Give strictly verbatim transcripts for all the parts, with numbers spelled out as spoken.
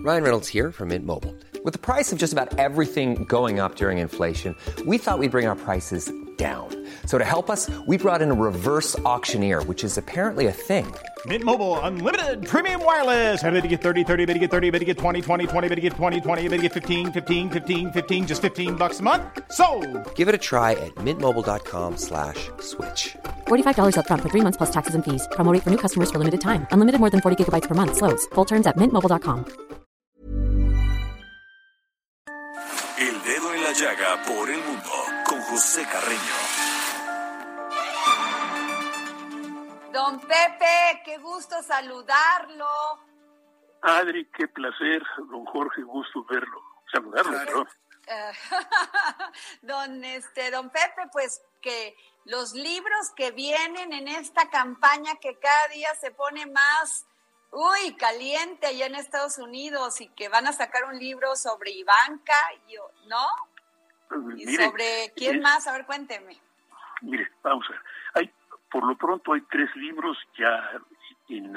Ryan Reynolds here from Mint Mobile. With the price of just about everything going up during inflation, we thought we'd bring our prices down. So to help us, we brought in a reverse auctioneer, which is apparently a thing. Mint Mobile Unlimited Premium Wireless. How to get thirty, thirty, how to get thirty, how to get twenty, twenty, twenty, how to get twenty, twenty, how to get fifteen, fifteen, fifteen, fifteen, just fifteen bucks a month? Sold! Give it a try at mintmobile.com slash switch. forty-five dollars up front for three months plus taxes and fees. Promo rate for new customers for limited time. Unlimited more than forty gigabytes per month. Slows full terms at mint mobile dot com. El dedo en la llaga por el mundo con José Carreño. Don Pepe, qué gusto saludarlo. Adri, qué placer. Don Jorge, gusto verlo. Saludarlo, claro. Uh, don, este, don Pepe, pues que los libros que vienen en esta campaña que cada día se pone más, uy, caliente allá en Estados Unidos y que van a sacar un libro sobre Ivanka, ¿no? Pues, y mire, sobre quién es, más, a ver, cuénteme. Mire, vamos a ver. Hay, por lo pronto hay tres libros ya en,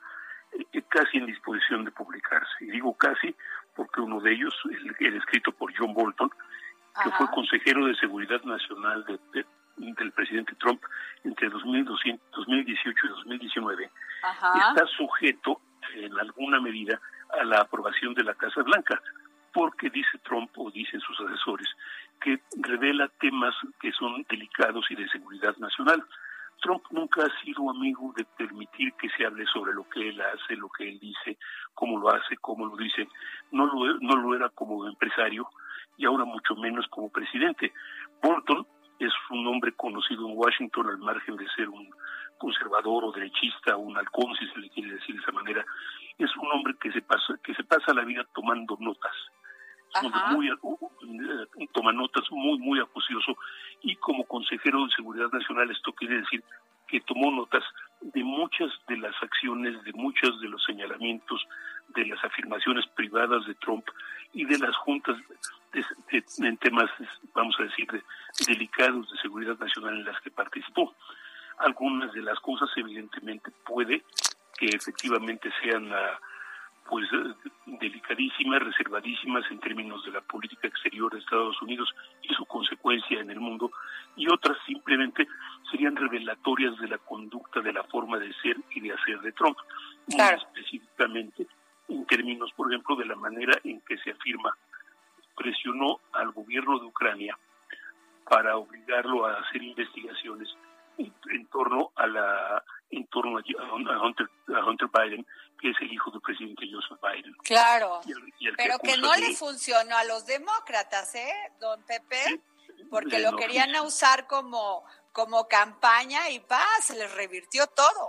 uh, casi en disposición de publicarse. Y digo casi porque uno de ellos, el, el escrito por John Bolton, que Ajá. fue consejero de Seguridad Nacional de, de, del presidente Trump entre dos mil dieciocho y dos mil diecinueve, Ajá. está sujeto en alguna medida a la aprobación de la Casa Blanca, porque dice Trump, o dicen sus asesores, que revela temas que son delicados y de seguridad nacional. Trump nunca ha sido amigo de permitir que se hable sobre lo que él hace, lo que él dice, cómo lo hace, cómo lo dice. No lo, no lo era como empresario y ahora mucho menos como presidente. Bolton es un hombre conocido en Washington al margen de ser un conservador o derechista, un halcón, si se le quiere decir de esa manera. Es un hombre que se pasa, que se pasa la vida tomando notas. Es un hombre muy, uh, toma notas, muy, muy acucioso, y como consejero de Seguridad Nacional esto quiere decir que tomó notas de muchas de las acciones, de muchos de los señalamientos, de las afirmaciones privadas de Trump y de las juntas de, de, en temas, vamos a decir, de, delicados de seguridad nacional en las que participó. Algunas de las cosas evidentemente puede que efectivamente sean uh, pues delicadísimas, reservadísimas en términos de la política exterior de Estados Unidos y su consecuencia en el mundo, y otras simplemente serían revelatorias de la conducta, de la forma de ser y de hacer de Trump, claro. Muy específicamente en términos, por ejemplo, de la manera en que se afirma presionó al gobierno de Ucrania para obligarlo a hacer investigaciones en, en torno a la en torno a, a, Hunter, a Hunter Biden, que es el hijo del presidente Joseph Biden. Claro, y el, y el pero que, que no de... le funcionó a los demócratas, ¿eh, don Pepe? Sí, porque lo no querían funciona. usar como, como campaña y ¡paz! Se les revirtió todo.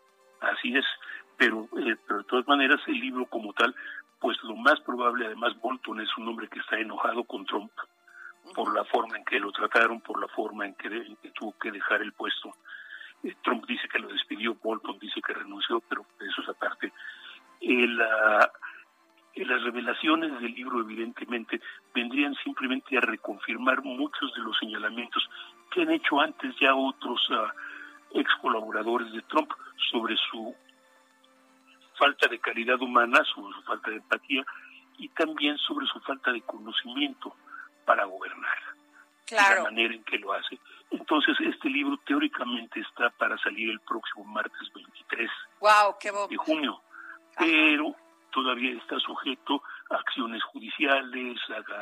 Así es, pero, eh, pero de todas maneras el libro como tal, pues lo más probable, además Bolton es un hombre que está enojado con Trump uh-huh. por la forma en que lo trataron, por la forma en que, de, en que tuvo que dejar el puesto. Trump dice que lo despidió, Bolton dice que renunció, pero eso es aparte. Eh, la, eh, las revelaciones del libro evidentemente vendrían simplemente a reconfirmar muchos de los señalamientos que han hecho antes ya otros uh, ex colaboradores de Trump sobre su falta de calidad humana, sobre su falta de empatía y también sobre su falta de conocimiento para gobernar. Claro. Y la manera en que lo hace. Entonces, este libro teóricamente está para salir el próximo martes veintitrés wow, qué bo- de junio, Ajá. pero todavía está sujeto a acciones judiciales,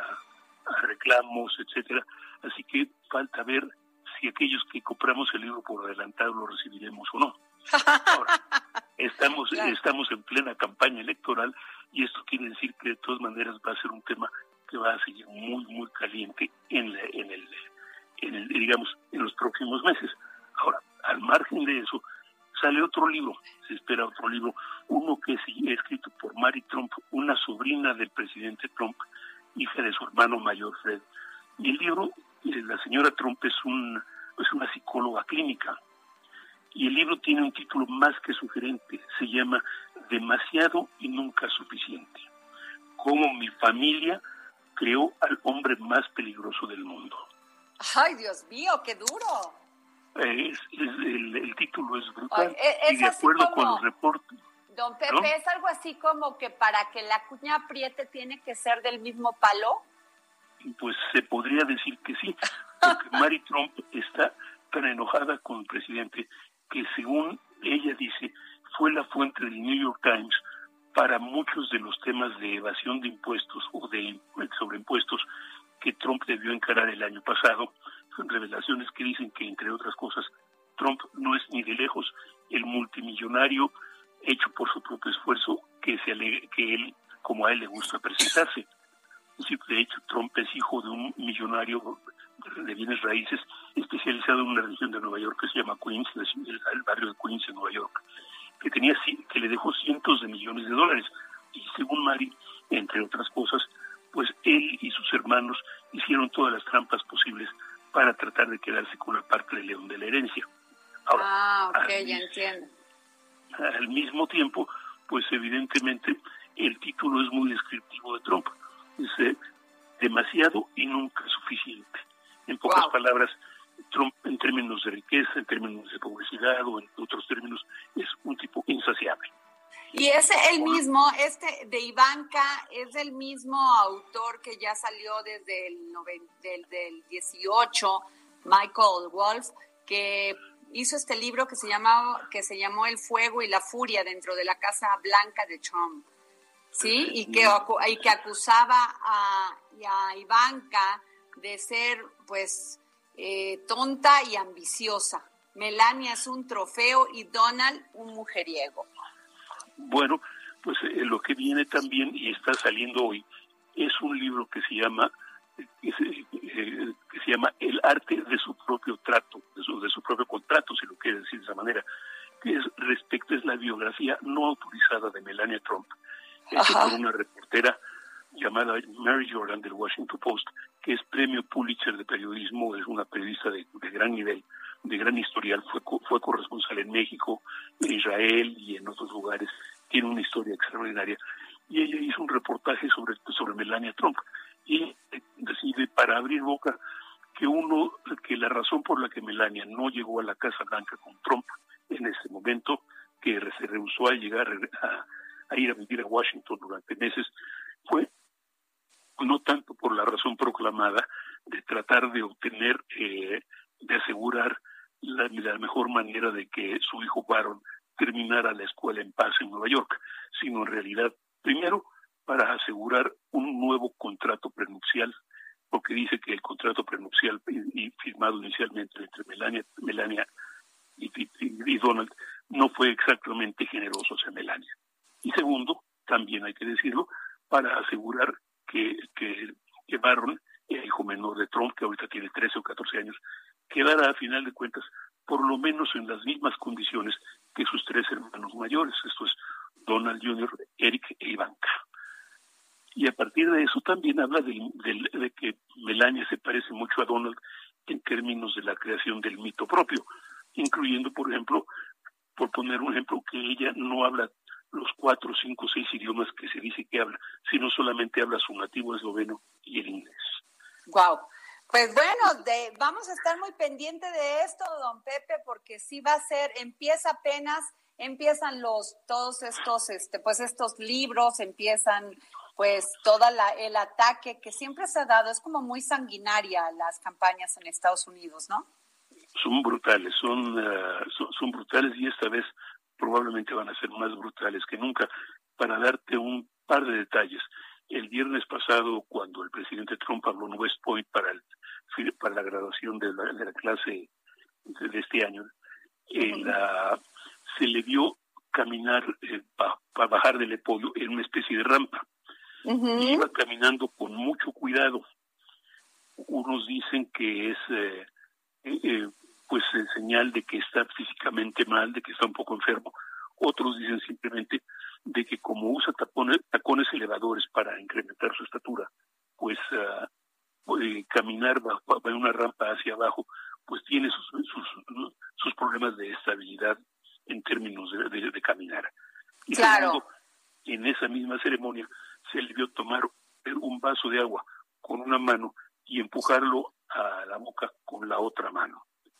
a, a reclamos, etcétera. Así que falta ver si aquellos que compramos el libro por adelantado lo recibiremos o no. Ahora, estamos, claro. estamos en plena campaña electoral y esto quiere decir que de todas maneras va a ser un tema que va a seguir muy, muy caliente en, la, en el, en el, digamos, en los próximos meses. Ahora, al margen de eso, sale otro libro, se espera otro libro, uno que es escrito por Mary Trump, una sobrina del presidente Trump, hija de su hermano mayor Fred. Y el libro, la señora Trump es, un, es una psicóloga clínica, y el libro tiene un título más que sugerente, se llama Demasiado y Nunca Suficiente. Cómo mi familia creó al hombre más peligroso del mundo. ¡Ay, Dios mío, qué duro! Es, es, el, el título es brutal. Ay, es y de acuerdo como... con los reportes, Don Pepe, ¿no? ¿es algo así como que para que la cuña apriete tiene que ser del mismo palo? Pues se podría decir que sí, porque Mary Trump está tan enojada con el presidente que, según ella dice, fue la fuente del New York Times para muchos de los temas de evasión de impuestos o de sobreimpuestos que Trump debió encarar el año pasado. Son revelaciones que dicen que, entre otras cosas, Trump no es ni de lejos el multimillonario hecho por su propio esfuerzo que, se ale- que él, como a él le gusta presentarse. De hecho, Trump es hijo de un millonario de bienes raíces especializado en una región de Nueva York que se llama Queens, el barrio de Queens en Nueva York, que tenía que le dejó cientos de millones de dólares. Y según Mary, entre otras cosas, pues él y sus hermanos hicieron todas las trampas posibles para tratar de quedarse con la parte de león de la herencia. Ahora, ah, ok, al, ya entiendo. Al mismo tiempo, pues evidentemente el título es muy descriptivo de Trump. Es eh, demasiado y nunca suficiente. En pocas Wow. palabras, Trump, en términos de riqueza, en términos de publicidad o en otros términos, es un tipo insaciable. Y es el mismo, este de Ivanka, es el mismo autor que ya salió desde el noven, del, del dieciocho, Michael Wolff, que hizo este libro que se llamaba, que se llamó El fuego y la furia dentro de la Casa Blanca de Trump, ¿sí? Y que, y que acusaba a, a Ivanka de ser, pues, eh, tonta y ambiciosa. Melania es un trofeo y Donald un mujeriego. Bueno, pues eh, lo que viene también y está saliendo hoy es un libro que se llama que se, eh, que se llama El arte de su propio trato, de su, de su propio contrato, si lo quiere decir de esa manera, que es respecto es la biografía no autorizada de Melania Trump, hecho por una reportera llamada Mary Jordan del Washington Post, que es premio Pulitzer de periodismo, es una periodista de, de gran nivel, de gran historial, fue, fue corresponsal en México, en Israel y en otros lugares, tiene una historia extraordinaria, y ella hizo un reportaje sobre, sobre Melania Trump, y decide, para abrir boca, que uno, que la razón por la que Melania no llegó a la Casa Blanca con Trump en ese momento, que se rehusó a llegar a, a ir a vivir a Washington durante meses, fue no tanto por la razón proclamada de tratar de obtener, eh, de asegurar la, la mejor manera de que su hijo Barron terminara la escuela en paz en Nueva York, sino en realidad, primero, para asegurar un nuevo contrato prenupcial, porque dice que el contrato prenupcial y, y firmado inicialmente entre Melania, Melania y, y, y Donald no fue exactamente generoso hacia Melania. Y segundo, también hay que decirlo, para asegurar que, que, que Barron, el hijo menor de Trump, que ahorita tiene trece o catorce años, quedara a final de cuentas por lo menos en las mismas condiciones que sus tres hermanos mayores, esto es Donald junior, Eric e Ivanka. Y a partir de eso también habla de, de, de que Melania se parece mucho a Donald en términos de la creación del mito propio, incluyendo, por ejemplo, por poner un ejemplo, que ella no habla los cuatro, cinco, seis idiomas que se dice que habla, sino solamente habla su nativo esloveno y el inglés. Wow. Pues bueno, de, vamos a estar muy pendiente de esto, don Pepe, porque sí va a ser, empieza apenas, empiezan los, todos estos, este, pues estos libros, empiezan, pues, toda la, el ataque que siempre se ha dado, es como muy sanguinaria las campañas en Estados Unidos, ¿no? Son brutales, son, uh, son, son brutales y esta vez probablemente van a ser más brutales que nunca. Para darte un par de detalles, el viernes pasado, cuando el presidente Trump habló en West Point para, el, para la graduación de la, de la clase de, de este año, eh, la, se le vio caminar eh, para pa bajar del podio en una especie de rampa. Uh-huh. Iba caminando con mucho cuidado. Unos dicen que es eh, eh, pues eh, señal de que está físicamente mal, de que está un poco enfermo. Otros dicen simplemente de que como usa tapones, tacones elevadores para incrementar su estatura, pues uh, puede caminar bajo, en una rampa hacia abajo, pues tiene sus, sus, sus problemas de estabilidad en términos de, de, de caminar. Y claro. Segundo, en esa misma ceremonia se le vio tomar un vaso de agua con una mano y empujarlo a la boca con la otra mano.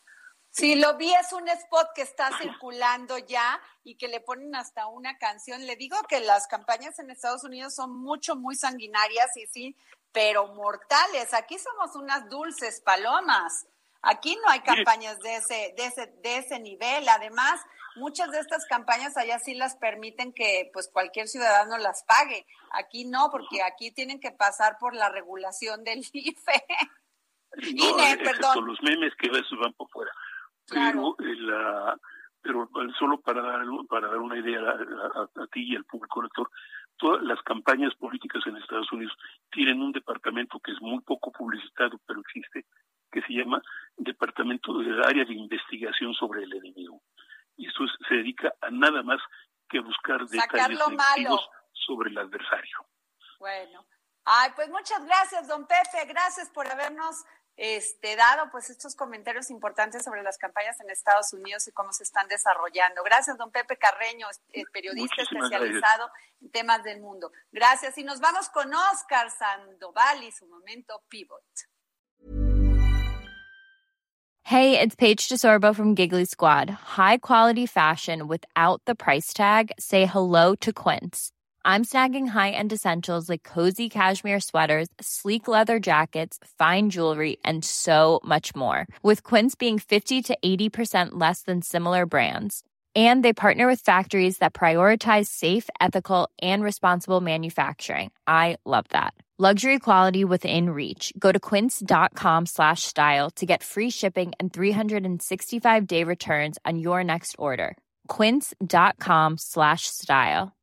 Sí, lo vi, es un spot que está circulando ya y que le ponen hasta una canción. Le digo que las campañas en Estados Unidos son mucho, muy sanguinarias y sí, pero mortales. Aquí somos unas dulces palomas. Aquí no hay campañas de ese, de ese, de ese nivel. Además, muchas de estas campañas allá sí las permiten que pues cualquier ciudadano las pague. Aquí no, porque aquí tienen que pasar por la regulación del I F E. No, I N E, perdón. Los memes que ves van por fuera. Claro. Pero, la, pero solo para dar, para dar una idea a, a, a ti y al público lector, todas las campañas políticas en Estados Unidos tienen un departamento que es muy poco publicitado, pero existe, que se llama Departamento del Área de Investigación sobre el Enemigo. Y esto es, se dedica a nada más que buscar detalles negativos sobre el adversario. Bueno. Ay, pues muchas gracias, don Pepe. Gracias por habernos este, dado pues estos comentarios importantes sobre las campañas en Estados Unidos y cómo se están desarrollando. Gracias, don Pepe Carreño, periodista Muchísimas especializado gracias. En temas del mundo. Gracias. Y nos vamos con Oscar Sandoval y su momento pivot. Hey, it's Paige DeSorbo from Giggly Squad. High quality fashion without the price tag. Say hello to Quince. I'm snagging high-end essentials like cozy cashmere sweaters, sleek leather jackets, fine jewelry, and so much more. With Quince being fifty to eighty percent less than similar brands. And they partner with factories that prioritize safe, ethical, and responsible manufacturing. I love that. Luxury quality within reach. Go to quince.com slash style to get free shipping and three sixty-five day returns on your next order. Quince.com slash style.